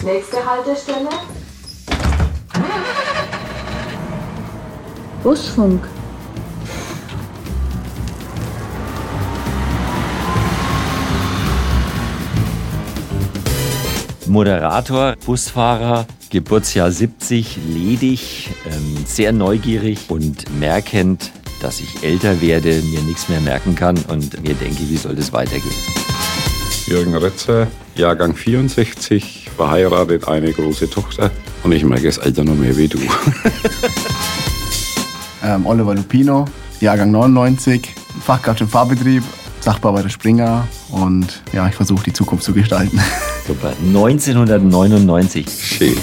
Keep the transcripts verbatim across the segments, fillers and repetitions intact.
Nächste Haltestelle. Busfunk. Moderator, Busfahrer, Geburtsjahr siebzig, ledig, ähm, sehr neugierig und merkend, dass ich älter werde, mir nichts mehr merken kann und mir denke, wie soll das weitergehen? Jürgen Rötzer, Jahrgang vierundsechzig, verheiratet, eine große Tochter und ich merke das Alter noch mehr wie du. ähm, Oliver Lupino, Jahrgang neunundneunzig, Fachkraft im Fahrbetrieb, Sachbearbeiter bei der Springer und ja, ich versuche die Zukunft zu gestalten. Super, neunzehnhundertneunundneunzig. Schön.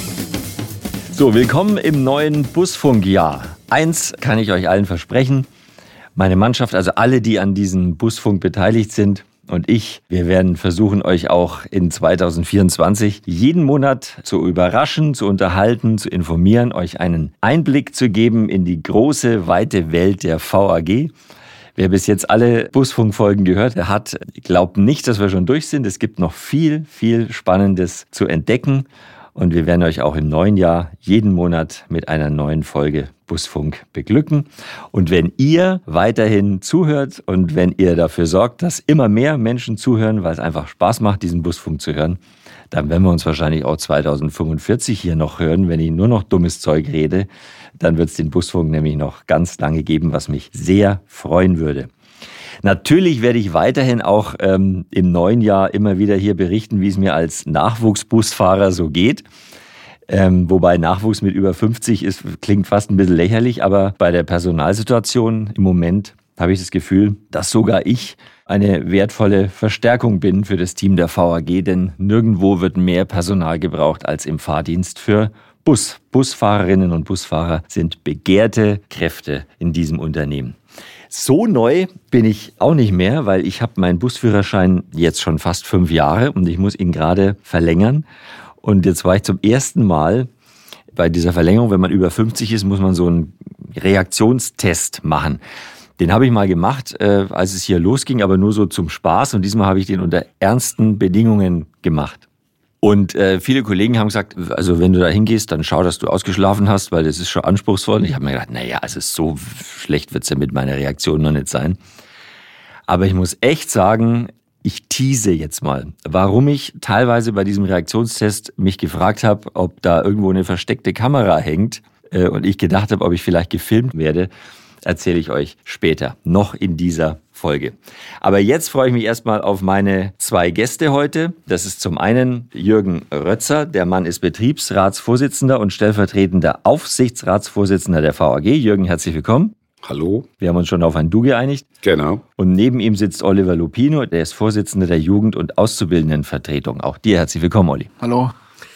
So, willkommen im neuen Busfunkjahr. Eins kann ich euch allen versprechen, meine Mannschaft, also alle, die an diesem Busfunk beteiligt sind und ich, wir werden versuchen, euch auch in zweitausendvierundzwanzig jeden Monat zu überraschen, zu unterhalten, zu informieren, euch einen Einblick zu geben in die große, weite Welt der V A G. Wer bis jetzt alle Busfunkfolgen gehört hat, glaubt nicht, dass wir schon durch sind. Es gibt noch viel, viel Spannendes zu entdecken. Und wir werden euch auch im neuen Jahr jeden Monat mit einer neuen Folge Busfunk beglücken. Und wenn ihr weiterhin zuhört und wenn ihr dafür sorgt, dass immer mehr Menschen zuhören, weil es einfach Spaß macht, diesen Busfunk zu hören, dann werden wir uns wahrscheinlich auch zweitausendfünfundvierzig hier noch hören, wenn ich nur noch dummes Zeug rede. Dann wird es den Busfunk nämlich noch ganz lange geben, was mich sehr freuen würde. Natürlich werde ich weiterhin auch ähm, im neuen Jahr immer wieder hier berichten, wie es mir als Nachwuchsbusfahrer so geht. Ähm, wobei Nachwuchs mit über fünfzig ist, klingt fast ein bisschen lächerlich, aber bei der Personalsituation im Moment habe ich das Gefühl, dass sogar ich eine wertvolle Verstärkung bin für das Team der V A G, denn nirgendwo wird mehr Personal gebraucht als im Fahrdienst für Bus. Busfahrerinnen und Busfahrer sind begehrte Kräfte in diesem Unternehmen. So neu bin ich auch nicht mehr, weil ich habe meinen Busführerschein jetzt schon fast fünf Jahre und ich muss ihn gerade verlängern. Und jetzt war ich zum ersten Mal bei dieser Verlängerung, wenn man über fünfzig ist, muss man so einen Reaktionstest machen. Den habe ich mal gemacht, äh, als es hier losging, aber nur so zum Spaß. Und diesmal habe ich den unter ernsten Bedingungen gemacht. Und äh, viele Kollegen haben gesagt, also wenn du da hingehst, dann schau, dass du ausgeschlafen hast, weil das ist schon anspruchsvoll. Und ich habe mir gedacht, naja, also so schlecht wird's ja mit meiner Reaktion noch nicht sein. Aber ich muss echt sagen, ich tease jetzt mal, warum ich teilweise bei diesem Reaktionstest mich gefragt habe, ob da irgendwo eine versteckte Kamera hängt äh, und ich gedacht habe, ob ich vielleicht gefilmt werde, erzähle ich euch später, noch in dieser Folge. Aber jetzt freue ich mich erstmal auf meine zwei Gäste heute. Das ist zum einen Jürgen Rötzer. Der Mann ist Betriebsratsvorsitzender und stellvertretender Aufsichtsratsvorsitzender der V A G. Jürgen, herzlich willkommen. Hallo. Wir haben uns schon auf ein Du geeinigt. Genau. Und neben ihm sitzt Oliver Lupino, der ist Vorsitzender der Jugend- und Auszubildendenvertretung. Auch dir herzlich willkommen, Olli. Hallo.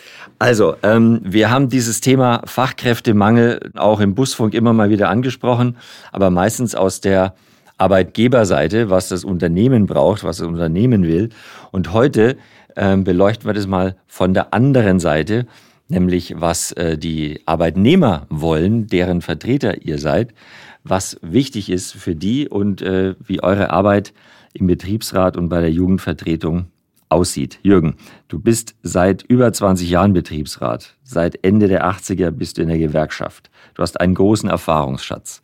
Also, ähm, wir haben dieses Thema Fachkräftemangel auch im Busfunk immer mal wieder angesprochen, aber meistens aus der Arbeitgeberseite, was das Unternehmen braucht, was das Unternehmen will. Und heute ähm, beleuchten wir das mal von der anderen Seite, nämlich was äh, die Arbeitnehmer wollen, deren Vertreter ihr seid, was wichtig ist für die und äh, wie eure Arbeit im Betriebsrat und bei der Jugendvertretung aussieht. Jürgen, du bist seit über zwanzig Jahren Betriebsrat. Seit Ende der achtziger bist du in der Gewerkschaft. Du hast einen großen Erfahrungsschatz.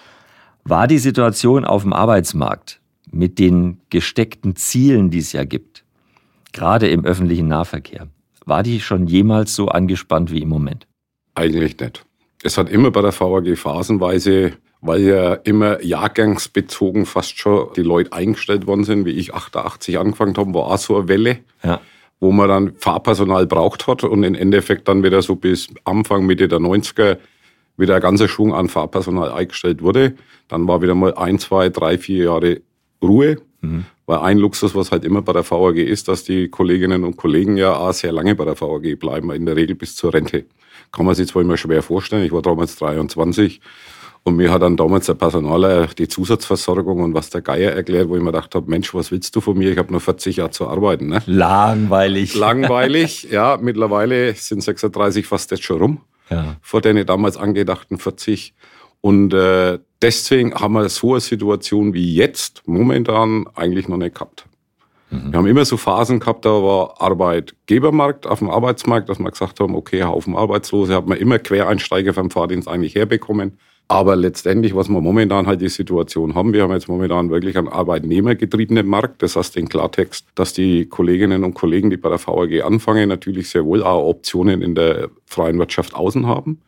War die Situation auf dem Arbeitsmarkt mit den gesteckten Zielen, die es ja gibt, gerade im öffentlichen Nahverkehr, war die schon jemals so angespannt wie im Moment? Eigentlich nicht. Es hat immer bei der V A G phasenweise, weil ja immer jahrgangsbezogen fast schon die Leute eingestellt worden sind, wie ich achtundachtzig angefangen habe, war auch so eine Welle, ja, wo man dann Fahrpersonal braucht hat und im Endeffekt dann wieder so bis Anfang, Mitte der neunziger wieder ein ganzer Schwung an Fahrpersonal eingestellt wurde. Dann war wieder mal ein, zwei, drei, vier Jahre Ruhe. Mhm. Weil ein Luxus, was halt immer bei der V A G ist, dass die Kolleginnen und Kollegen ja auch sehr lange bei der V A G bleiben, in der Regel bis zur Rente. Kann man sich zwar immer schwer vorstellen, ich war damals dreiundzwanzig und mir hat dann damals der Personaler die Zusatzversorgung und was der Geier erklärt, wo ich mir gedacht habe, Mensch, was willst du von mir? Ich habe nur vierzig Jahre zu arbeiten. Ne? Langweilig. Langweilig, ja. Mittlerweile sind sechsunddreißig fast jetzt schon rum. Ja. Vor den damals angedachten vierzig. Und äh, deswegen haben wir so eine Situation wie jetzt momentan eigentlich noch nicht gehabt. Mhm. Wir haben immer so Phasen gehabt, da war Arbeitgebermarkt auf dem Arbeitsmarkt, dass wir gesagt haben, okay, Haufen Arbeitslose, hat man immer Quereinsteiger vom Fahrdienst eigentlich herbekommen. Aber letztendlich, was wir momentan halt die Situation haben, wir haben jetzt momentan wirklich einen arbeitnehmergetriebenen Markt. Das heißt in Klartext, dass die Kolleginnen und Kollegen, die bei der V A G anfangen, natürlich sehr wohl auch Optionen in der freien Wirtschaft außen haben.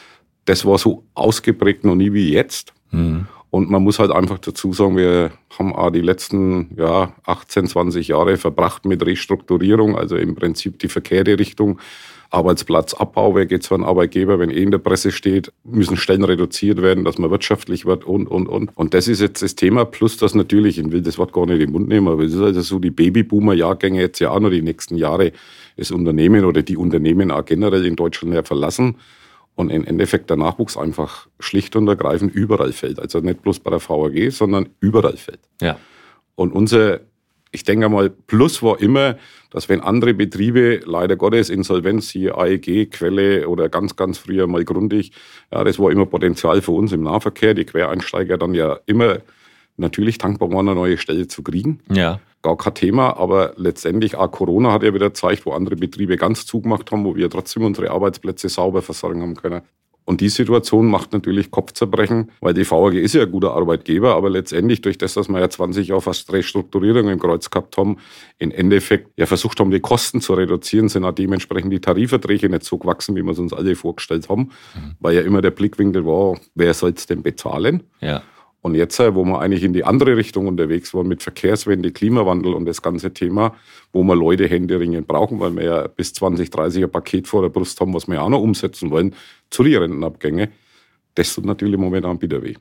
Das war so ausgeprägt noch nie wie jetzt. Mhm. Und man muss halt einfach dazu sagen, wir haben auch die letzten ja, achtzehn, zwanzig Jahre verbracht mit Restrukturierung, also im Prinzip die verkehrte Richtung. Arbeitsplatzabbau, wer geht zu einem Arbeitgeber, wenn eh in der Presse steht, müssen Stellen reduziert werden, dass man wirtschaftlich wird und, und, und. Und das ist jetzt das Thema, plus das natürlich, ich will das Wort gar nicht in den Mund nehmen, aber es ist also so, die Babyboomer-Jahrgänge jetzt ja auch noch die nächsten Jahre das Unternehmen oder die Unternehmen auch generell in Deutschland ja verlassen. Und im Endeffekt der Nachwuchs einfach schlicht und ergreifend überall fällt. Also nicht bloß bei der V A G, sondern überall fällt. Ja. Und unser, ich denke mal, Plus war immer, dass wenn andere Betriebe, leider Gottes, Insolvenz, hier A E G, Quelle oder ganz, ganz früher mal Grundig, ja, das war immer Potenzial für uns im Nahverkehr, die Quereinsteiger dann ja immer natürlich dankbar waren, eine neue Stelle zu kriegen. Ja. Gar kein Thema, aber letztendlich auch Corona hat ja wieder gezeigt, wo andere Betriebe ganz zugemacht haben, wo wir trotzdem unsere Arbeitsplätze sauber versorgen haben können. Und die Situation macht natürlich Kopfzerbrechen, weil die V A G ist ja ein guter Arbeitgeber, aber letztendlich durch das, dass wir ja zwanzig Jahre fast Restrukturierung im Kreuz gehabt haben, im Endeffekt ja versucht haben, die Kosten zu reduzieren, sind auch dementsprechend die Tarifverträge nicht so gewachsen, wie wir es uns alle vorgestellt haben, mhm. weil ja immer der Blickwinkel war, wer soll es denn bezahlen? Ja. Und jetzt, wo wir eigentlich in die andere Richtung unterwegs waren mit Verkehrswende, Klimawandel und das ganze Thema, wo wir Leute händeringend brauchen, weil wir ja bis zwanzig dreißig ein Paket vor der Brust haben, was wir ja auch noch umsetzen wollen, zu den Rentenabgänge, das tut natürlich momentan bitter weh.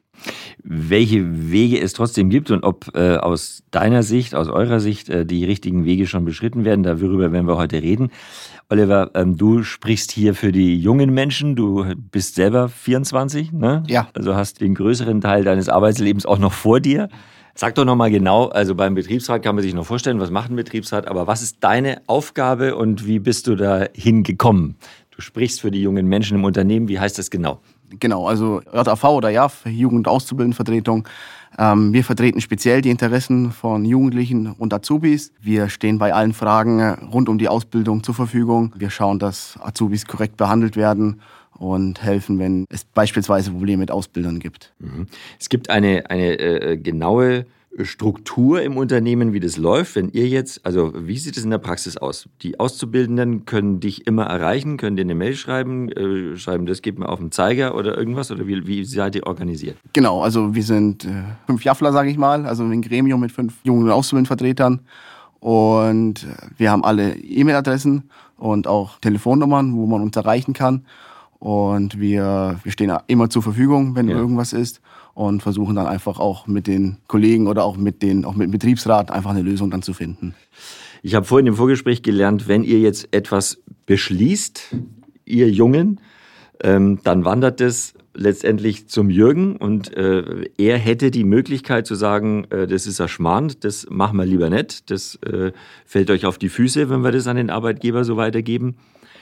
Welche Wege es trotzdem gibt und ob äh, aus deiner Sicht, aus eurer Sicht äh, die richtigen Wege schon beschritten werden, darüber werden wir heute reden. Oliver, ähm, du sprichst hier für die jungen Menschen, du bist selber vierundzwanzig, ne? Ja. Also hast den größeren Teil deines Arbeitslebens auch noch vor dir. Sag doch nochmal genau, also beim Betriebsrat kann man sich noch vorstellen, was macht ein Betriebsrat, aber was ist deine Aufgabe und wie bist du da hingekommen? Du sprichst für die jungen Menschen im Unternehmen, wie heißt das genau? Genau, also J A V oder J A V, Jugend- und Auszubildendenvertretung. Ähm, wir vertreten speziell die Interessen von Jugendlichen und Azubis. Wir stehen bei allen Fragen rund um die Ausbildung zur Verfügung. Wir schauen, dass Azubis korrekt behandelt werden und helfen, wenn es beispielsweise Probleme mit Ausbildern gibt. Mhm. Es gibt eine, eine äh, genaue Struktur im Unternehmen, wie das läuft. Wenn ihr jetzt, also wie sieht es in der Praxis aus? Die Auszubildenden können dich immer erreichen, können dir eine Mail schreiben, äh, schreiben, das geht mir auf den Zeiger oder irgendwas, oder wie, wie seid ihr organisiert? Genau, also wir sind äh, fünf Jaffler, sage ich mal, also ein Gremium mit fünf jungen Auszubildendenvertretern und wir haben alle E-Mail-Adressen und auch Telefonnummern, wo man uns erreichen kann. Und wir, wir stehen immer zur Verfügung, wenn ja. irgendwas ist, und versuchen dann einfach auch mit den Kollegen oder auch mit, den, auch mit dem Betriebsrat einfach eine Lösung dann zu finden. Ich habe vorhin im Vorgespräch gelernt, wenn ihr jetzt etwas beschließt, ihr Jungen, ähm, dann wandert es letztendlich zum Jürgen und äh, er hätte die Möglichkeit zu sagen, äh, das ist ein Schmarrn, das machen wir lieber nicht, das äh, fällt euch auf die Füße, wenn wir das an den Arbeitgeber so weitergeben.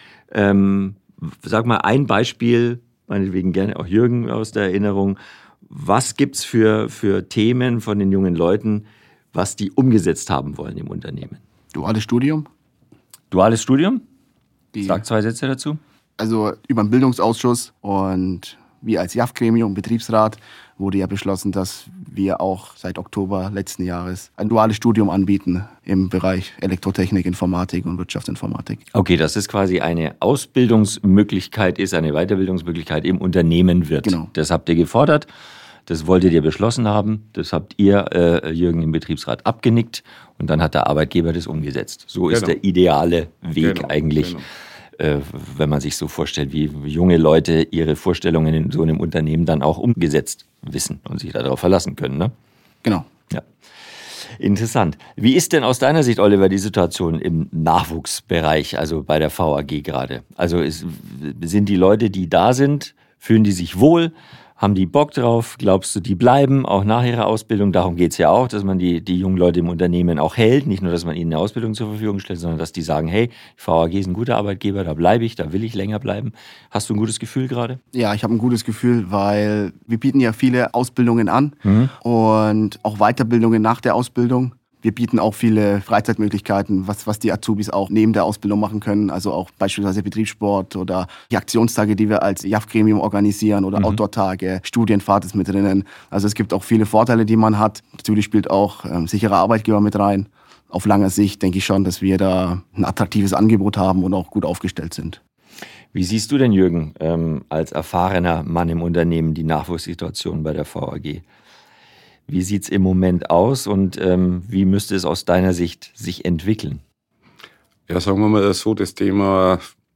Ähm, Sag mal ein Beispiel, meinetwegen gerne auch Jürgen aus der Erinnerung. Was gibt's für, für Themen von den jungen Leuten, was die umgesetzt haben wollen im Unternehmen? Duales Studium. Duales Studium? Die, Sag zwei Sätze dazu. Also über den Bildungsausschuss und wir als J A V-Gremium, Betriebsrat, wurde ja beschlossen, dass wir auch seit Oktober letzten Jahres ein duales Studium anbieten im Bereich Elektrotechnik, Informatik und Wirtschaftsinformatik. Okay, dass es quasi eine Ausbildungsmöglichkeit ist, eine Weiterbildungsmöglichkeit im Unternehmen wird. Genau. Das habt ihr gefordert, das wolltet ihr beschlossen haben, das habt ihr, äh, Jürgen, im Betriebsrat abgenickt und dann hat der Arbeitgeber das umgesetzt. So genau. ist der ideale Weg genau, eigentlich. Genau. Wenn man sich so vorstellt, wie junge Leute ihre Vorstellungen in so einem Unternehmen dann auch umgesetzt wissen und sich darauf verlassen können. Ne? Genau. Ja. Interessant. Wie ist denn aus deiner Sicht, Oliver, die Situation im Nachwuchsbereich, also bei der V A G gerade? Also ist, sind die Leute, die da sind, fühlen die sich wohl? Haben die Bock drauf? Glaubst du, die bleiben auch nach ihrer Ausbildung? Darum geht es ja auch, dass man die, die jungen Leute im Unternehmen auch hält. Nicht nur, dass man ihnen eine Ausbildung zur Verfügung stellt, sondern dass die sagen, hey, die V A G ist ein guter Arbeitgeber, da bleibe ich, da will ich länger bleiben. Hast du ein gutes Gefühl gerade? Ja, ich habe ein gutes Gefühl, weil wir bieten ja viele Ausbildungen an mhm. und auch Weiterbildungen nach der Ausbildung. Wir bieten auch viele Freizeitmöglichkeiten, was, was die Azubis auch neben der Ausbildung machen können. Also auch beispielsweise Betriebssport oder die Aktionstage, die wir als J A F-Gremium organisieren oder mhm. Outdoor-Tage, Studienfahrt ist mit drinnen. Also es gibt auch viele Vorteile, die man hat. Natürlich spielt auch ähm, sicherer Arbeitgeber mit rein. Auf lange Sicht denke ich schon, dass wir da ein attraktives Angebot haben und auch gut aufgestellt sind. Wie siehst du denn, Jürgen, ähm, als erfahrener Mann im Unternehmen die Nachwuchssituation bei der V A G? Wie sieht es im Moment aus und ähm, wie müsste es aus deiner Sicht sich entwickeln? Ja, sagen wir mal so, das Thema,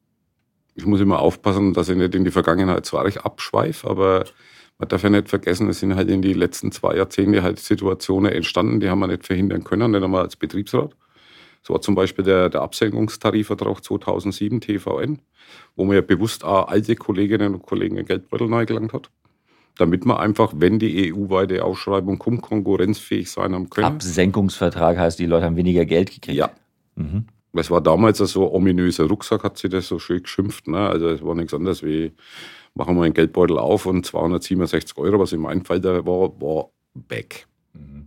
ich muss immer aufpassen, dass ich nicht in die Vergangenheit zu arg abschweife, aber man darf ja nicht vergessen, es sind halt in die letzten zwei Jahrzehnte halt Situationen entstanden, die haben wir nicht verhindern können, nicht einmal als Betriebsrat. So war zum Beispiel der, der Absenkungstarifvertrag zweitausendsieben, T V N, wo man ja bewusst auch alte Kolleginnen und Kollegen ein Geldbeutel neu gelangt hat. Damit man einfach, wenn die E U-weite Ausschreibung kommt, konkurrenzfähig sein haben können. Absenkungsvertrag heißt, die Leute haben weniger Geld gekriegt? Ja. Mhm. Es war damals so ein ominöser Rucksack, hat sie das so schön geschimpft. Ne? Also es war nichts anderes wie, machen wir einen Geldbeutel auf und zweihundertsiebenundsechzig Euro, was in meinem Fall da war, war weg. Mhm.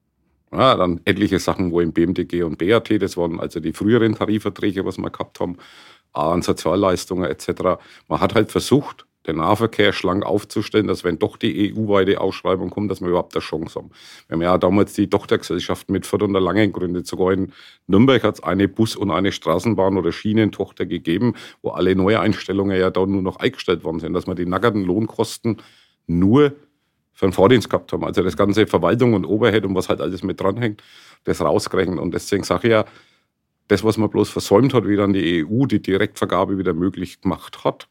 Ja, dann etliche Sachen, wo im B M D G und B A T, das waren also die früheren Tarifverträge, was wir gehabt haben, an Sozialleistungen et cetera. Man hat halt versucht, den Nahverkehr schlank aufzustellen, dass wenn doch die E U-weite Ausschreibung kommt, dass wir überhaupt eine Chance haben. Wir haben ja damals die Tochtergesellschaften mit Fürth und der Lange gegründet. Sogar in Nürnberg hat es eine Bus- und eine Straßenbahn- oder Schienentochter gegeben, wo alle Neueinstellungen ja da nur noch eingestellt worden sind, dass wir die nackerten Lohnkosten nur für den Fahrdienst gehabt haben. Also das ganze Verwaltung und Overhead und was halt alles mit dranhängt, das rausgerechnet. Und deswegen sage ich ja, das, was man bloß versäumt hat, wie dann die E U die Direktvergabe wieder möglich gemacht hat,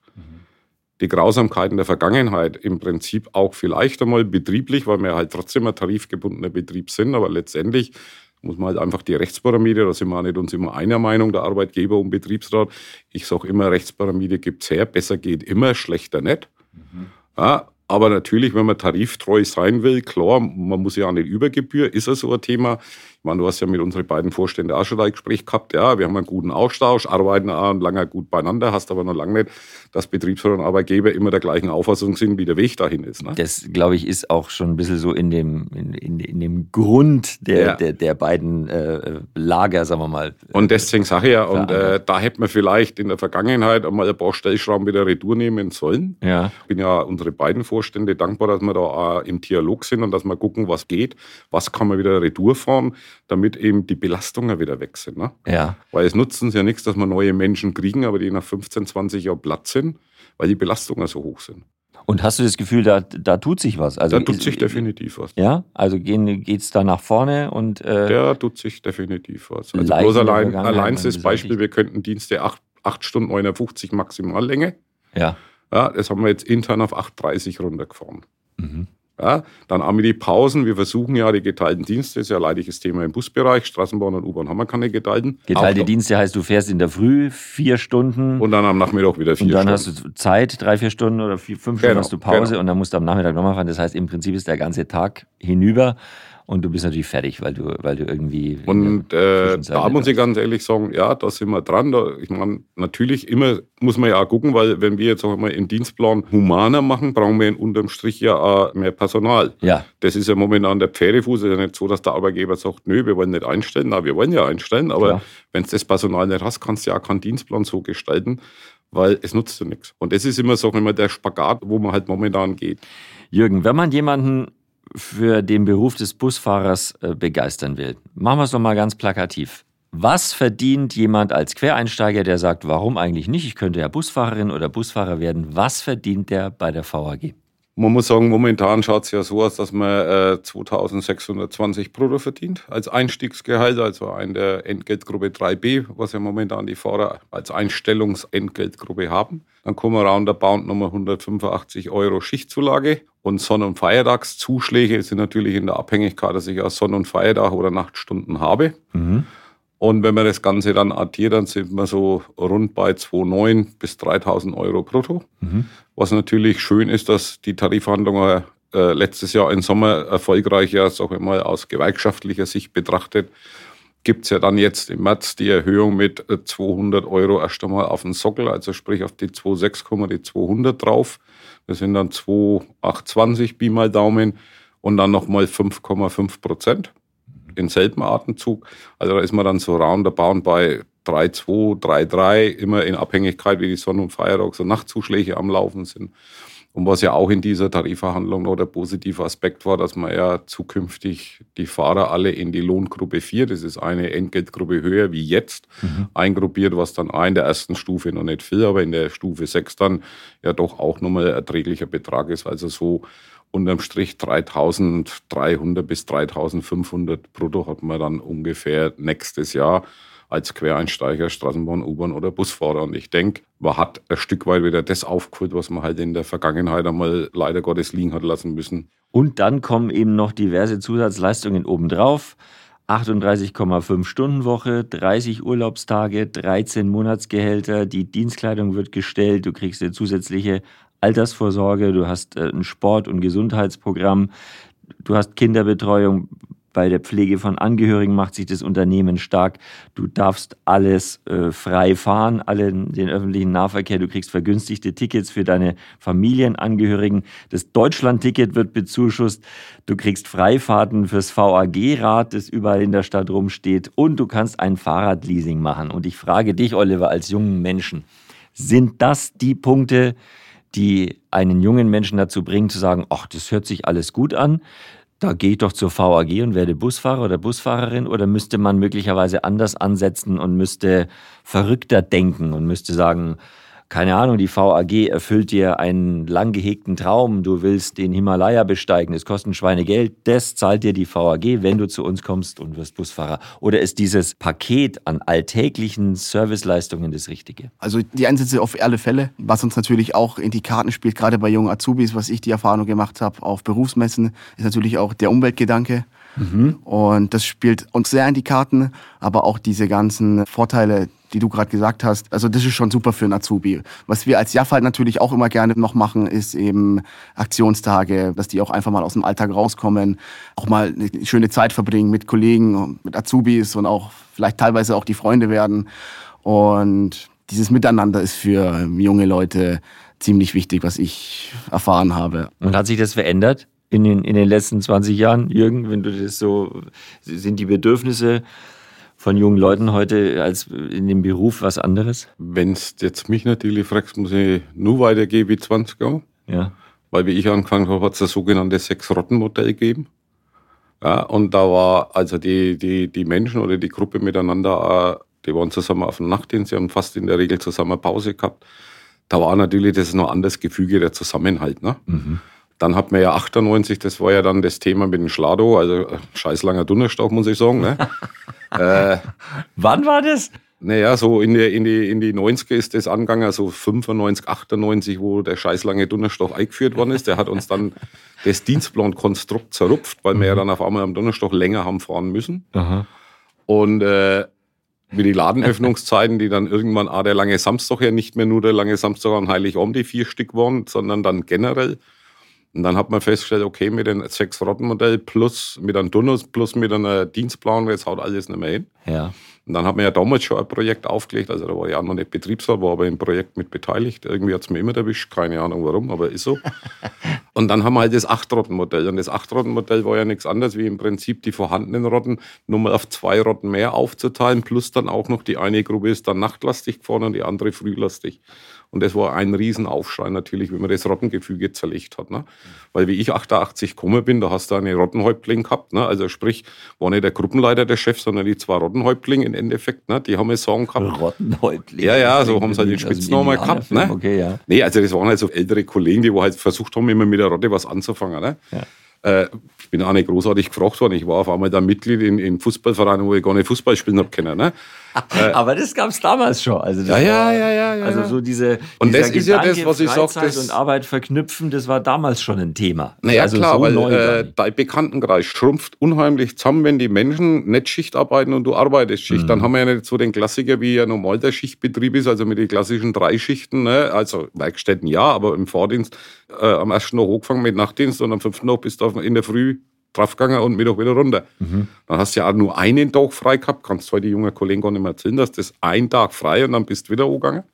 die Grausamkeiten der Vergangenheit im Prinzip auch vielleicht einmal betrieblich, weil wir halt trotzdem ein tarifgebundener Betrieb sind, aber letztendlich muss man halt einfach die Rechtspyramide, da sind wir auch nicht uns immer einer Meinung, der Arbeitgeber und Betriebsrat. Ich sage immer, Rechtspyramide gibt's her, besser geht immer, schlechter nicht. Mhm. Ja, aber natürlich, wenn man tariftreu sein will, klar, man muss ja auch nicht Übergebühr, ist ja so ein Thema. Ich meine, du hast ja mit unseren beiden Vorständen auch schon ein Gespräch gehabt. Ja, wir haben einen guten Austausch, arbeiten auch lange gut beieinander, hast aber noch lange nicht, dass Betriebsrat und Arbeitgeber immer der gleichen Auffassung sind, wie der Weg dahin ist. Ne? Das, glaube ich, ist auch schon ein bisschen so in dem, in, in, in dem Grund der, ja. der, der beiden äh, Lager, sagen wir mal. Und deswegen sage ich ja, und äh, da hätte man vielleicht in der Vergangenheit einmal ein paar Stellschrauben wieder retour nehmen sollen. Ja. Ich bin ja unsere beiden Vorstände dankbar, dass wir da auch im Dialog sind und dass wir gucken, was geht, was kann man wieder retour fahren, damit eben die Belastungen wieder weg sind. Ne? Ja. Weil es nutzt uns ja nichts, dass wir neue Menschen kriegen, aber die nach fünfzehn, zwanzig Jahren platt sind, weil die Belastungen so hoch sind. Und hast du das Gefühl, da, da tut sich was? Also, da tut sich definitiv was. Ja, also geht es da nach vorne? Und äh, da tut sich definitiv was. Also bloß allein, allein das Beispiel, wir könnten Dienste acht, acht Stunden neunundfünfzig Maximallänge. Ja. Ja, das haben wir jetzt intern auf acht dreißig runtergefahren. Mhm. Ja, dann auch mit die Pausen. Wir versuchen ja die geteilten Dienste, das ist ja ein leidiges Thema im Busbereich. Straßenbahn und U-Bahn haben wir keine geteilten. Geteilte Dienste heißt, du fährst in der Früh vier Stunden. Und dann am Nachmittag wieder vier Stunden. Und dann Stunden. Hast du Zeit, drei, vier Stunden oder vier, fünf Stunden genau, hast du Pause genau. Und dann musst du am Nachmittag nochmal fahren. Das heißt, im Prinzip ist der ganze Tag hinüber. Und du bist natürlich fertig, weil du, weil du irgendwie... Und äh, da muss ich ganz ehrlich sagen, ja, da sind wir dran. Da, ich meine, natürlich immer muss man ja auch gucken, weil wenn wir jetzt sagen wir mal den Dienstplan humaner machen, brauchen wir unterm Strich ja auch mehr Personal. Ja. Das ist ja momentan der Pferdefuß. Es ist ja nicht so, dass der Arbeitgeber sagt, nö, wir wollen nicht einstellen. Na, wir wollen ja einstellen, aber wenn du das Personal nicht hast, kannst du ja auch keinen Dienstplan so gestalten, weil es nutzt ja nichts. Und das ist immer so immer der Spagat, wo man halt momentan geht. Jürgen, wenn man jemanden für den Beruf des Busfahrers äh, begeistern will. Machen wir es doch mal ganz plakativ. Was verdient jemand als Quereinsteiger, der sagt, warum eigentlich nicht? Ich könnte ja Busfahrerin oder Busfahrer werden. Was verdient der bei der V A G? Man muss sagen, momentan schaut es ja so aus, dass man äh, zweitausendsechshundertzwanzig brutto verdient als Einstiegsgehalt, also in der Entgeltgruppe drei b, was ja momentan die Fahrer als Einstellungsentgeltgruppe haben. Dann kommen wir roundabout nochmal hundertfünfundachtzig Euro Schichtzulage. Und Sonn- und Feiertagszuschläge sind natürlich in der Abhängigkeit, dass ich auch Sonn- und Feiertag oder Nachtstunden habe. Mhm. Und wenn man das Ganze dann addiert, dann sind wir so rund bei zweitausendneun bis dreitausend Euro brutto. Mhm. Was natürlich schön ist, dass die Tarifverhandlungen äh, letztes Jahr im Sommer erfolgreich, ja, sag ich mal, aus gewerkschaftlicher Sicht betrachtet, gibt es ja dann jetzt im März die Erhöhung mit zweihundert Euro erst einmal auf den Sockel, also sprich auf die zweihundertsechs kommen die zweihundert drauf. Das sind dann zweitausendachthundertzwanzig Pi mal Daumen und dann nochmal fünf Komma fünf Prozent. in selben Atemzug. Also da ist man dann so roundabout bei drei Komma zwei, drei Komma drei, immer in Abhängigkeit, wie die Sonn- und Feiertags- und Nachtzuschläge am Laufen sind. Und was ja auch in dieser Tarifverhandlung noch der positive Aspekt war, dass man ja zukünftig die Fahrer alle in die Lohngruppe vier, das ist eine Entgeltgruppe höher wie jetzt, mhm. eingruppiert, was dann auch in der ersten Stufe noch nicht viel, aber in der Stufe sechs dann ja doch auch nochmal ein erträglicher Betrag ist. Also so unterm Strich dreitausenddreihundert bis dreitausendfünfhundert brutto hat man dann ungefähr nächstes Jahr als Quereinsteiger, Straßenbahn, U-Bahn oder Busfahrer. Und ich denke, man hat ein Stück weit wieder das aufgeholt, was man halt in der Vergangenheit einmal leider Gottes liegen hat lassen müssen. Und dann kommen eben noch diverse Zusatzleistungen obendrauf. achtunddreißig Komma fünf Stunden Woche, dreißig Urlaubstage, dreizehn Monatsgehälter, die Dienstkleidung wird gestellt, du kriegst eine zusätzliche Altersvorsorge, du hast ein Sport- und Gesundheitsprogramm, du hast Kinderbetreuung. Bei der Pflege von Angehörigen macht sich das Unternehmen stark. Du darfst alles äh, frei fahren, alle den öffentlichen Nahverkehr. Du kriegst vergünstigte Tickets für deine Familienangehörigen. Das Deutschland-Ticket wird bezuschusst. Du kriegst Freifahrten fürs V A G-Rad, das überall in der Stadt rumsteht. Und du kannst ein Fahrradleasing machen. Und ich frage dich, Oliver, als jungen Menschen, sind das die Punkte, die einen jungen Menschen dazu bringen, zu sagen, ach, das hört sich alles gut an? Da gehe ich doch zur V A G und werde Busfahrer oder Busfahrerin, oder müsste man möglicherweise anders ansetzen und müsste verrückter denken und müsste sagen, keine Ahnung, die V A G erfüllt dir einen lang gehegten Traum, du willst den Himalaya besteigen, das kostet ein Schweinegeld, das zahlt dir die V A G, wenn du zu uns kommst und wirst Busfahrer. Oder ist dieses Paket an alltäglichen Serviceleistungen das Richtige? Also die Einsätze auf alle Fälle, was uns natürlich auch in die Karten spielt, gerade bei jungen Azubis, was ich die Erfahrung gemacht habe auf Berufsmessen, ist natürlich auch der Umweltgedanke. Mhm. Und das spielt uns sehr in die Karten, aber auch diese ganzen Vorteile, die du gerade gesagt hast, also das ist schon super für einen Azubi. Was wir als J A F halt natürlich auch immer gerne noch machen, ist eben Aktionstage, dass die auch einfach mal aus dem Alltag rauskommen, auch mal eine schöne Zeit verbringen mit Kollegen, mit Azubis und auch vielleicht teilweise auch die Freunde werden. Und dieses Miteinander ist für junge Leute ziemlich wichtig, was ich erfahren habe. Und hat sich das verändert? In den, in den letzten zwanzig Jahren, Jürgen, wenn du das so, sind die Bedürfnisse von jungen Leuten heute als in dem Beruf was anderes? Wenn du jetzt mich natürlich fragst, muss ich nur weitergehen wie zwanzig Jahre. Ja. Weil wie ich angefangen habe, hat es das sogenannte Sechs-Rotten-Modell gegeben. Ja, und da war also die, die, die Menschen oder die Gruppe miteinander, die waren zusammen auf dem Nachtdienst, sie haben fast in der Regel zusammen Pause gehabt. Da war natürlich das noch ein anderes Gefüge, der Zusammenhalt. Ne? Mhm. Dann hat man ja achtundneunzig, das war ja dann das Thema mit dem Schlado, also scheiß langer Donnerstag, muss ich sagen. Ne? äh, Wann war das? Naja, so in die, in, die, in die neunziger ist das angegangen, so fünfundneunzig, achtundneunzig, wo der scheiß lange Donnerstag eingeführt worden ist. Der hat uns dann das Dienstplankonstrukt zerrupft, weil wir ja dann auf einmal am Donnerstag länger haben fahren müssen. Aha. Und äh, mit den Ladenöffnungszeiten, die dann irgendwann auch der lange Samstag ja nicht mehr nur der lange Samstag an Heiligabend die vier Stück waren, sondern dann generell. Und dann hat man festgestellt, okay, mit dem Sechs-Rotten-Modell plus mit einem Turnus plus mit einer Dienstplanung, jetzt haut alles nicht mehr hin. Ja. Und dann hat man ja damals schon ein Projekt aufgelegt, also da war ich auch noch nicht Betriebsrat, war aber im Projekt mit beteiligt. Irgendwie hat es mir immer erwischt, keine Ahnung warum, aber ist so. Und dann haben wir halt das Acht-Rotten-Modell. Und das Acht-Rotten-Modell war ja nichts anderes, wie im Prinzip die vorhandenen Rotten nur mal auf zwei Rotten mehr aufzuteilen, plus dann auch noch die eine Gruppe ist dann nachtlastig gefahren und die andere frühlastig. Und das war ein Riesenaufschrei natürlich, wenn man das Rottengefüge zerlegt hat. Ne? Weil wie ich achtundachtzig gekommen bin, da hast du eine Rottenhäuptling gehabt. Ne? Also sprich, war nicht der Gruppenleiter der Chef, sondern die zwei Rottenhäuptlinge im Endeffekt. Ne? Die haben es sagen gehabt. Rottenhäuptling? Ja, ja, so haben sie halt den Spitznamen gehabt. Ne? Okay, ja. Nee, also das waren halt so ältere Kollegen, die halt versucht haben, immer mit der Rotte was anzufangen. Ne? Ja. Äh, ich bin auch nicht großartig gefragt worden. Ich war auf einmal da Mitglied in, in Fußballvereinen, wo ich gar nicht Fußball spielen habe können. Ne? Aber das gab es damals schon. Also das ja, ja, war, ja, ja, ja. Also so diese und das ist Gedanke, ja das, was ich sage, das und Arbeit verknüpfen, das war damals schon ein Thema. Naja, also klar, so weil neu äh, dein Bekanntenkreis schrumpft unheimlich zusammen, wenn die Menschen nicht Schicht arbeiten und du arbeitest Schicht. Mhm. Dann haben wir ja nicht so den Klassiker, wie ja normal der Schichtbetrieb ist, also mit den klassischen drei Schichten. Ne? Also Werkstätten ja, aber im Fahrdienst äh, am ersten Tag hochgefangen mit Nachtdienst und am fünften Tag bist du in der Früh draufgegangen und Mittag wieder runter. Mhm. Dann hast du ja auch nur einen Tag frei gehabt. Kannst heute die jungen Kollegen gar nicht mehr erzählen, dass das ein Tag frei und dann bist du wieder hochgegangen.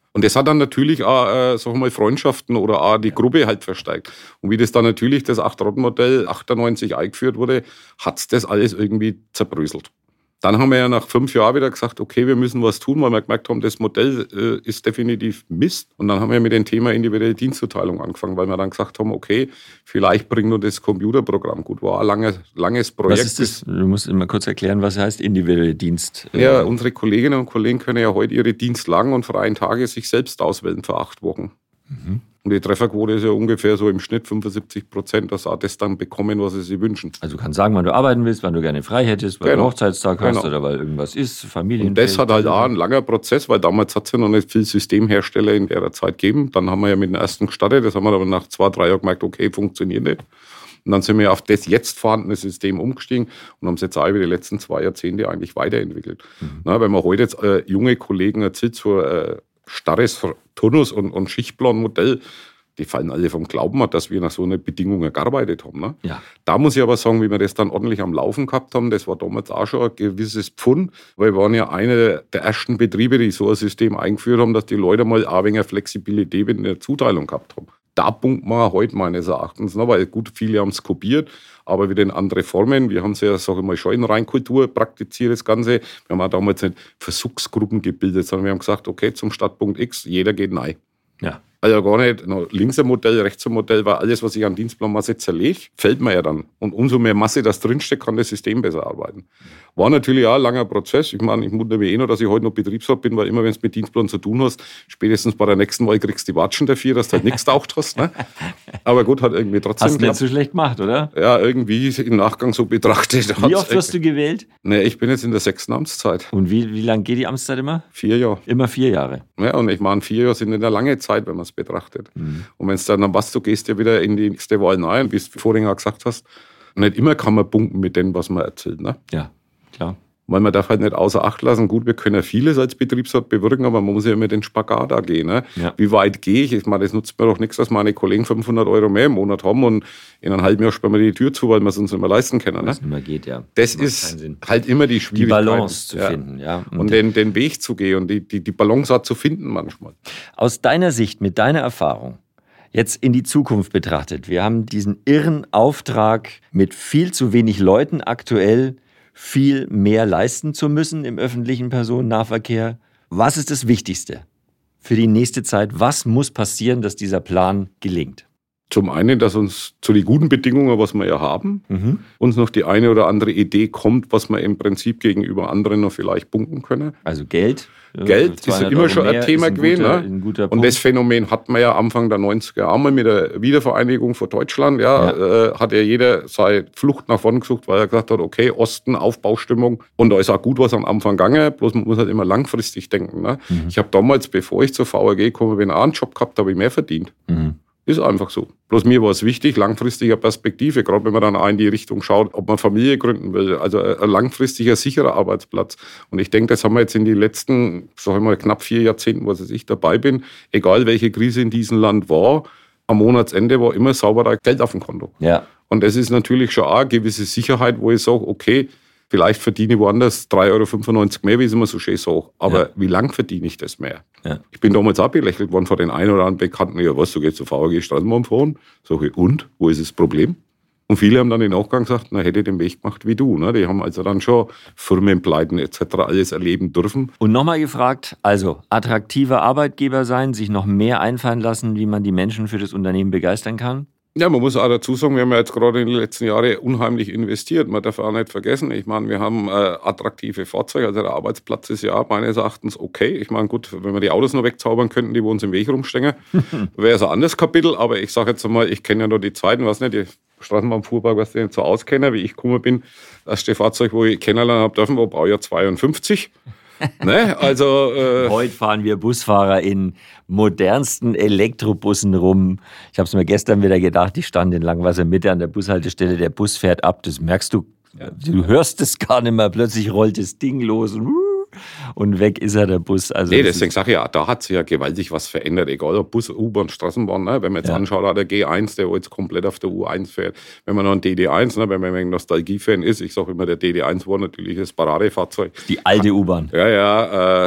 Und das hat dann natürlich auch, äh, sag mal, Freundschaften oder auch die Gruppe halt verstärkt. Und wie das dann natürlich das acht-Rad-Modell achtundneunzig eingeführt wurde, hat's das alles irgendwie zerbröselt. Dann haben wir ja nach fünf Jahren wieder gesagt, okay, wir müssen was tun, weil wir gemerkt haben, das Modell äh, ist definitiv Mist. Und dann haben wir mit dem Thema individuelle Dienstzuteilung angefangen, weil wir dann gesagt haben, okay, vielleicht bringt nur das Computerprogramm gut. War ein langes, langes Projekt. Was ist das? Du musst immer kurz erklären, was heißt individuelle Dienst. Ja, unsere Kolleginnen und Kollegen können ja heute ihre dienstlangen und freien Tage sich selbst auswählen für acht Wochen. Mhm. Und die Trefferquote ist ja ungefähr so im Schnitt fünfundsiebzig Prozent, dass sie das dann bekommen, was sie sich wünschen. Also du kannst sagen, wann du arbeiten willst, wann du gerne frei hättest, weil genau. du Hochzeitstag hast genau. oder weil irgendwas ist, Familien. Und das hat halt auch ein langer Prozess, weil damals hat es ja noch nicht viele Systemhersteller in der Zeit gegeben. Dann haben wir ja mit dem ersten gestartet, das haben wir aber nach zwei, drei Jahren gemerkt, okay, funktioniert nicht. Und dann sind wir auf das jetzt vorhandene System umgestiegen und haben es jetzt auch über die letzten zwei Jahrzehnte eigentlich weiterentwickelt. Mhm. Na, wenn man heute jetzt äh, junge Kollegen erzählt, so äh, starres Turnus- und, und Schichtplanmodell, die fallen alle vom Glauben ab, dass wir nach so einer Bedingung gearbeitet haben. Ne? Ja. Da muss ich aber sagen, wie wir das dann ordentlich am Laufen gehabt haben, das war damals auch schon ein gewisses Pfund, weil wir waren ja einer der ersten Betriebe, die so ein System eingeführt haben, dass die Leute mal ein wenig Flexibilität in der Zuteilung gehabt haben. Da punkten wir heute meines Erachtens, ne? Weil gut, viele haben es kopiert, aber wieder in andere Formen. Wir haben es ja, sage ich mal, schon in Reinkultur praktiziert, das Ganze. Wir haben auch damals nicht Versuchsgruppen gebildet, sondern wir haben gesagt, okay, zum Startpunkt X, jeder geht rein. Ja. Also gar nicht, links ein Modell, rechts ein Modell, weil alles, was ich an Dienstplanmasse zerlege, fällt mir ja dann. Und umso mehr Masse das drinsteckt, kann das System besser arbeiten. War natürlich auch ein langer Prozess. Ich meine, ich wundere mich eh noch, dass ich heute noch Betriebsrat bin, weil immer, wenn du mit Dienstplan zu tun hast, spätestens bei der nächsten Wahl kriegst du die Watschen dafür, dass du halt nichts taucht hast. Ne? Aber gut, hat irgendwie trotzdem Hast du nicht so schlecht gemacht, oder? Ja, irgendwie im Nachgang so betrachtet. Wie oft wirst du gewählt? Ne, ich bin jetzt in der sechsten Amtszeit. Und wie, wie lange geht die Amtszeit immer? Vier Jahre. Immer vier Jahre. Ja, und ich meine, vier Jahre sind eine lange Zeit, wenn man es betrachtet. Mhm. Und wenn es dann, dann was, du gehst ja wieder in die nächste Wahl rein, wie du vorhin auch gesagt hast. Nicht immer kann man punkten mit dem, was man erzählt. Ne? Ja, klar. Weil man darf halt nicht außer Acht lassen, gut, wir können ja vieles als Betriebsrat bewirken, aber man muss ja immer den Spagat da gehen. Ne? Ja. Wie weit gehe ich? Ich meine, das nutzt mir doch nichts, dass meine Kollegen fünfhundert Euro mehr im Monat haben und in einem halben Jahr sperren wir die Tür zu, weil wir es uns nicht mehr leisten können. Ne? Das nicht mehr geht, ja. Das, das ist halt immer die Schwierigkeit. Die Balance zu ja. finden, ja. Und, und den, den Weg zu gehen und die, die, die Balance auch zu finden manchmal. Aus deiner Sicht, mit deiner Erfahrung, jetzt in die Zukunft betrachtet, wir haben diesen irren Auftrag, mit viel zu wenig Leuten aktuell viel mehr leisten zu müssen im öffentlichen Personennahverkehr. Was ist das Wichtigste für die nächste Zeit? Was muss passieren, dass dieser Plan gelingt? Zum einen, dass uns zu den guten Bedingungen, was wir ja haben, mhm. uns noch die eine oder andere Idee kommt, was wir im Prinzip gegenüber anderen noch vielleicht punkten können. Also Geld? Geld ist ja immer schon ein Thema ein gewesen. Guter, ne? guter und das Phänomen hatten wir ja Anfang der neunziger auch mal mit der Wiedervereinigung von Deutschland. Ja, ja. Äh, hat ja jeder seine Flucht nach vorn gesucht, weil er gesagt hat, okay, Osten, Aufbaustimmung. Und da ist auch gut was am Anfang gegangen, bloß man muss halt immer langfristig denken. Ne? Mhm. Ich habe damals, bevor ich zur V A G gekommen bin, auch einen Job gehabt, habe ich mehr verdient. Mhm. Ist einfach so. Bloß mir war es wichtig, langfristiger Perspektive, gerade wenn man dann auch in die Richtung schaut, ob man Familie gründen will. Also ein langfristiger, sicherer Arbeitsplatz. Und ich denke, das haben wir jetzt in den letzten, sag ich mal, knapp vier Jahrzehnten, was ich dabei bin, egal welche Krise in diesem Land war, am Monatsende war immer sauberer Geld auf dem Konto. Ja. Und das ist natürlich schon auch eine gewisse Sicherheit, wo ich sage, okay, vielleicht verdiene ich woanders drei Euro fünfundneunzig mehr, wie es immer so schön sagt. Aber ja. wie lang verdiene ich das mehr? Ja. Ich bin damals auch belächelt worden von den einen oder anderen Bekannten. Ja, was, du gehst zur V A G Straßenbahn fahren? Sag ich, und? Wo ist das Problem? Und viele haben dann im Nachgang gesagt, na, hätte ich den Weg gemacht wie du. Ne? Die haben also dann schon Firmenpleiten et cetera alles erleben dürfen. Und nochmal gefragt, also attraktiver Arbeitgeber sein, sich noch mehr einfallen lassen, wie man die Menschen für das Unternehmen begeistern kann? Ja, man muss auch dazu sagen, wir haben ja jetzt gerade in den letzten Jahren unheimlich investiert. Man darf auch nicht vergessen, ich meine, wir haben äh, attraktive Fahrzeuge, also der Arbeitsplatz ist ja meines Erachtens okay. Ich meine, gut, wenn wir die Autos noch wegzaubern könnten, die wo uns im Weg rumstehen, wäre es ein anderes Kapitel. Aber ich sage jetzt einmal, ich kenne ja noch die Zeiten, was nicht, die Straßenbahnfuhrpark, was ich nicht so auskenne, wie ich gekommen bin. Das erste Fahrzeug, wo ich kennenlernen habe dürfen, war Baujahr zweiundfünfzig. Ne? Also, äh heute fahren wir Busfahrer in modernsten Elektrobussen rum. Ich habe es mir gestern wieder gedacht, ich stand in Langwasser Mitte an der Bushaltestelle, der Bus fährt ab, das merkst du, du hörst es gar nicht mehr, plötzlich rollt das Ding los und, und weg ist er, der Bus. Also nee, deswegen sage ich ja, da hat sich ja gewaltig was verändert, egal ob Bus, U-Bahn, Straßenbahn. Ne? Wenn man jetzt ja. anschaut, der G eins, der jetzt komplett auf der U eins fährt, wenn man noch ein D D eins, ne? Wenn man ein Nostalgie-Fan ist, ich sage immer, der D D eins war natürlich das Paradefahrzeug. Die alte U-Bahn. Ja, ja, äh,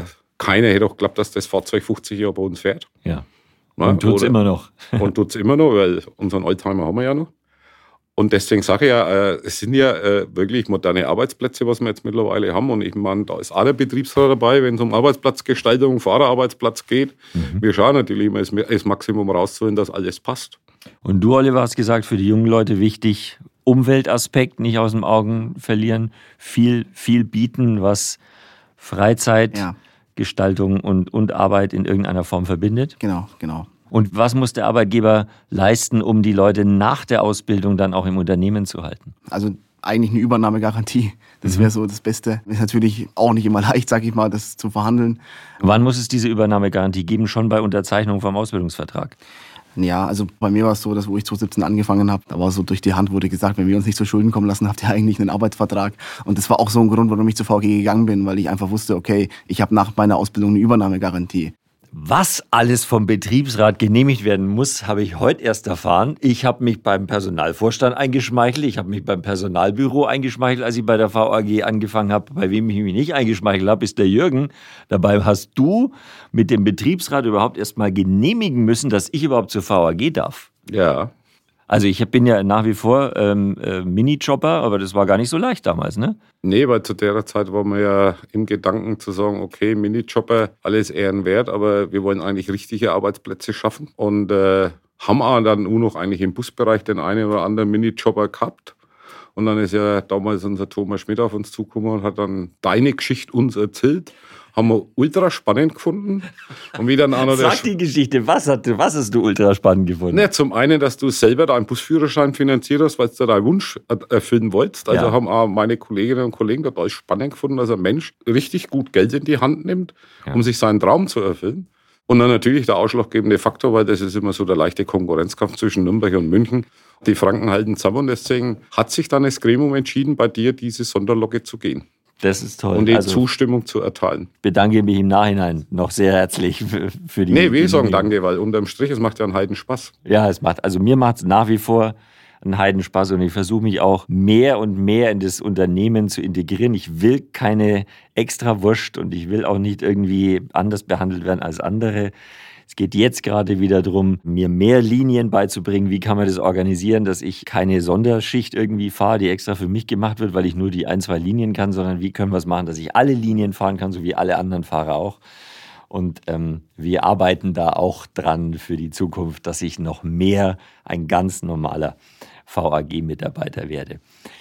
keiner hätte auch geglaubt, dass das Fahrzeug fünfzig Jahre bei uns fährt. Ja. Und tut es immer noch. Und tut es immer noch, weil unseren Oldtimer haben wir ja noch. Und deswegen sage ich ja, äh, es sind ja äh, wirklich moderne Arbeitsplätze, was wir jetzt mittlerweile haben. Und ich meine, da ist auch der Betriebsrat dabei, wenn es um Arbeitsplatzgestaltung, Fahrerarbeitsplatz geht. Mhm. Wir schauen natürlich immer, das Maximum rauszuholen, dass alles passt. Und du, Oliver, hast gesagt, für die jungen Leute wichtig, Umweltaspekt nicht aus den Augen verlieren, viel, viel bieten, was Freizeit, ja. Gestaltung und, und Arbeit in irgendeiner Form verbindet. Genau, genau. Und was muss der Arbeitgeber leisten, um die Leute nach der Ausbildung dann auch im Unternehmen zu halten? Also eigentlich eine Übernahmegarantie. Das wäre so das Beste. Ist natürlich auch nicht immer leicht, sag ich mal, das zu verhandeln. Wann muss es diese Übernahmegarantie geben? Schon bei Unterzeichnung vom Ausbildungsvertrag? Ja, also bei mir war es so, dass wo ich zwanzig siebzehn angefangen habe, da war so durch die Hand, wurde gesagt, wenn wir uns nicht zu Schulden kommen lassen, habt ihr eigentlich einen Arbeitsvertrag. Und das war auch so ein Grund, warum ich zur V G gegangen bin, weil ich einfach wusste, okay, ich habe nach meiner Ausbildung eine Übernahmegarantie. Was alles vom Betriebsrat genehmigt werden muss, habe ich heute erst erfahren. Ich habe mich beim Personalvorstand eingeschmeichelt, ich habe mich beim Personalbüro eingeschmeichelt, als ich bei der V A G angefangen habe. Bei wem ich mich nicht eingeschmeichelt habe, ist der Jürgen. Dabei hast du mit dem Betriebsrat überhaupt erst mal genehmigen müssen, dass ich überhaupt zur V A G darf. Ja. Also ich bin ja nach wie vor ähm, äh, Minijobber, aber das war gar nicht so leicht damals, ne? Nee, weil zu der Zeit waren wir ja im Gedanken zu sagen, okay, Minijobber, alles ehrenwert, aber wir wollen eigentlich richtige Arbeitsplätze schaffen. Und äh, haben auch dann nur noch eigentlich im Busbereich den einen oder anderen Minijobber gehabt. Und dann ist ja damals unser Thomas Schmidt auf uns zugekommen und hat dann deine Geschichte uns erzählt. Haben wir ultra spannend gefunden. Und wie dann auch noch Sag die Geschichte, was, hat, was hast du ultra spannend gefunden? Ne, zum einen, dass du selber deinen Busführerschein finanziert hast, weil du deinen Wunsch erfüllen wolltest. Also ja. Haben auch meine Kolleginnen und Kollegen total spannend gefunden, dass ein Mensch richtig gut Geld in die Hand nimmt, ja. um sich seinen Traum zu erfüllen. Und dann natürlich der ausschlaggebende Faktor, weil das ist immer so der leichte Konkurrenzkampf zwischen Nürnberg und München. Die Franken halten zusammen und deswegen hat sich dann das Gremium entschieden, bei dir diese Sonderlocke zu gehen. Das ist toll. Und die also, Zustimmung zu erteilen. Bedanke mich im Nachhinein noch sehr herzlich für, für die... Nee, wir sagen danke, weil unterm Strich, es macht ja einen Heidenspaß. Ja, es macht, also mir macht es nach wie vor einen Heidenspaß und ich versuche mich auch mehr und mehr in das Unternehmen zu integrieren. Ich will keine Extrawurst und ich will auch nicht irgendwie anders behandelt werden als andere. Es geht jetzt gerade wieder darum, mir mehr Linien beizubringen. Wie kann man das organisieren, dass ich keine Sonderschicht irgendwie fahre, die extra für mich gemacht wird, weil ich nur die ein, zwei Linien kann, sondern wie können wir es machen, dass ich alle Linien fahren kann, so wie alle anderen Fahrer auch. Und ähm, wir arbeiten da auch dran für die Zukunft, dass ich noch mehr ein ganz normaler V A G-Mitarbeiter werde.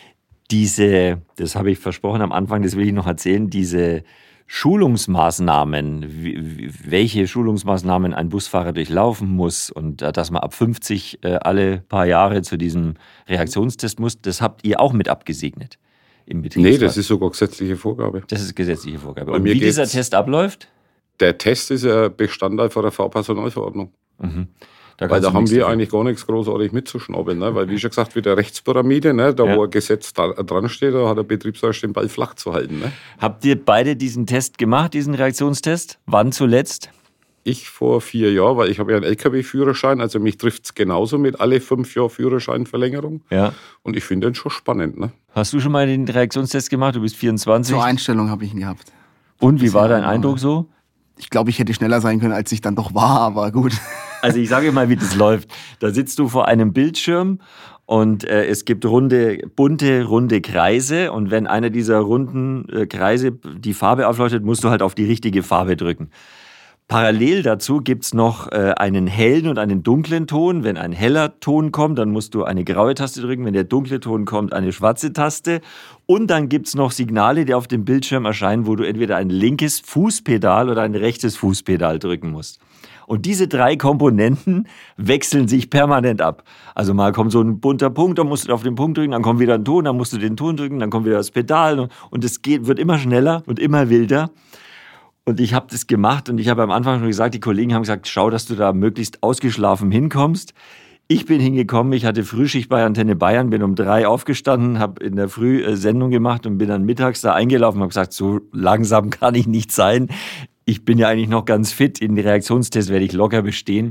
Diese, das habe ich versprochen am Anfang, das will ich noch erzählen, diese Schulungsmaßnahmen, welche Schulungsmaßnahmen ein Busfahrer durchlaufen muss und dass man ab fünfzig alle paar Jahre zu diesem Reaktionstest muss, das habt ihr auch mit abgesegnet im Betriebsrat? Nee, das ist sogar gesetzliche Vorgabe. Das ist gesetzliche Vorgabe. Und wie dieser Test abläuft? Der Test ist ja Bestandteil von der Fahrpersonalverordnung. Mhm. Da Weil da haben wir eigentlich gar nichts großartig mitzuschnaubeln. Ne? Weil, wie schon gesagt, wie der Rechtspyramide, ne? da ja. wo ein Gesetz da, dran steht, da hat der Betriebsrat den Ball flach zu halten. Ne? Habt ihr beide diesen Test gemacht, diesen Reaktionstest? Wann zuletzt? Ich vor vier Jahren, weil ich habe ja einen L K W-Führerschein, also mich trifft es genauso mit alle fünf Jahren Führerscheinverlängerung. Ja. Und ich finde den schon spannend. Ne? Hast du schon mal den Reaktionstest gemacht? Du bist vierundzwanzig. Zur Einstellung habe ich ihn gehabt. Und wie war dein Eindruck so? Ich glaube, ich hätte schneller sein können, als ich dann doch war, aber gut. Also ich sage mal, wie das läuft. Da sitzt du vor einem Bildschirm und äh, es gibt runde, bunte, runde Kreise. Und wenn einer dieser runden äh, Kreise die Farbe aufleuchtet, musst du halt auf die richtige Farbe drücken. Parallel dazu gibt's noch äh, einen hellen und einen dunklen Ton. Wenn ein heller Ton kommt, dann musst du eine graue Taste drücken. Wenn der dunkle Ton kommt, eine schwarze Taste. Und dann gibt's noch Signale, die auf dem Bildschirm erscheinen, wo du entweder ein linkes Fußpedal oder ein rechtes Fußpedal drücken musst. Und diese drei Komponenten wechseln sich permanent ab. Also mal kommt so ein bunter Punkt, dann musst du auf den Punkt drücken, dann kommt wieder ein Ton, dann musst du den Ton drücken, dann kommt wieder das Pedal. Und es geht, wird immer schneller und immer wilder. Und ich habe das gemacht und ich habe am Anfang schon gesagt, die Kollegen haben gesagt, schau, dass du da möglichst ausgeschlafen hinkommst. Ich bin hingekommen, ich hatte Frühschicht bei Antenne Bayern, bin um drei aufgestanden, habe in der Früh äh, Sendung gemacht und bin dann mittags da eingelaufen und habe gesagt, so langsam kann ich nicht sein. Ich bin ja eigentlich noch ganz fit, in den Reaktionstest werde ich locker bestehen.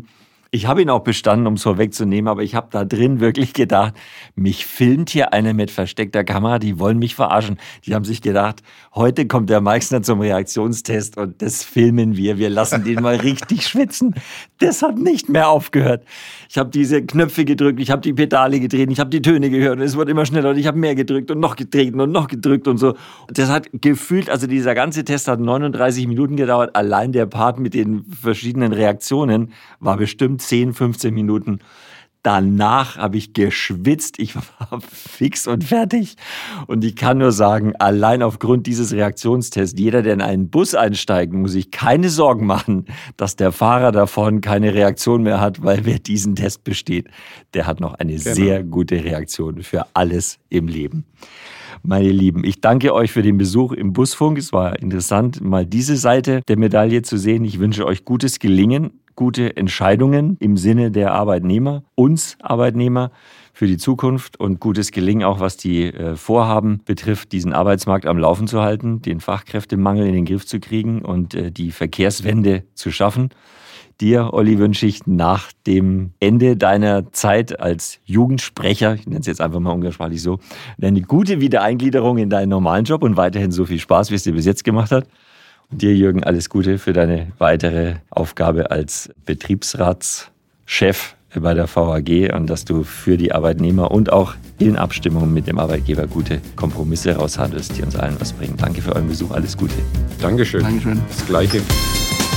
Ich habe ihn auch bestanden, um es vorwegzunehmen, aber ich habe da drin wirklich gedacht, mich filmt hier einer mit versteckter Kamera, die wollen mich verarschen. Die haben sich gedacht, heute kommt der Meixner zum Reaktionstest und das filmen wir. Wir lassen den mal richtig schwitzen. Das hat nicht mehr aufgehört. Ich habe diese Knöpfe gedrückt, ich habe die Pedale gedreht, ich habe die Töne gehört und es wurde immer schneller und ich habe mehr gedrückt und noch gedreht und noch gedrückt und so. Das hat gefühlt, also dieser ganze Test hat neununddreißig Minuten gedauert. Allein der Part mit den verschiedenen Reaktionen war bestimmt zehn, fünfzehn Minuten. Danach habe ich geschwitzt, ich war fix und fertig. Und ich kann nur sagen, allein aufgrund dieses Reaktionstests, jeder, der in einen Bus einsteigt, muss sich keine Sorgen machen, dass der Fahrer davon keine Reaktion mehr hat, weil wer diesen Test besteht, der hat noch eine genau. sehr gute Reaktion für alles im Leben. Meine Lieben, ich danke euch für den Besuch im Busfunk. Es war interessant, mal diese Seite der Medaille zu sehen. Ich wünsche euch gutes Gelingen, gute Entscheidungen im Sinne der Arbeitnehmer, uns Arbeitnehmer für die Zukunft und gutes Gelingen auch, was die äh, Vorhaben betrifft, diesen Arbeitsmarkt am Laufen zu halten, den Fachkräftemangel in den Griff zu kriegen und äh, die Verkehrswende zu schaffen. Dir, Olli, wünsche ich nach dem Ende deiner Zeit als Jugendsprecher, ich nenne es jetzt einfach mal umgangssprachlich so, eine gute Wiedereingliederung in deinen normalen Job und weiterhin so viel Spaß, wie es dir bis jetzt gemacht hat. Und dir, Jürgen, alles Gute für deine weitere Aufgabe als Betriebsratschef bei der V A G und dass du für die Arbeitnehmer und auch in Abstimmung mit dem Arbeitgeber gute Kompromisse raushandelst, die uns allen was bringen. Danke für euren Besuch, alles Gute. Dankeschön. Dankeschön. Das Gleiche.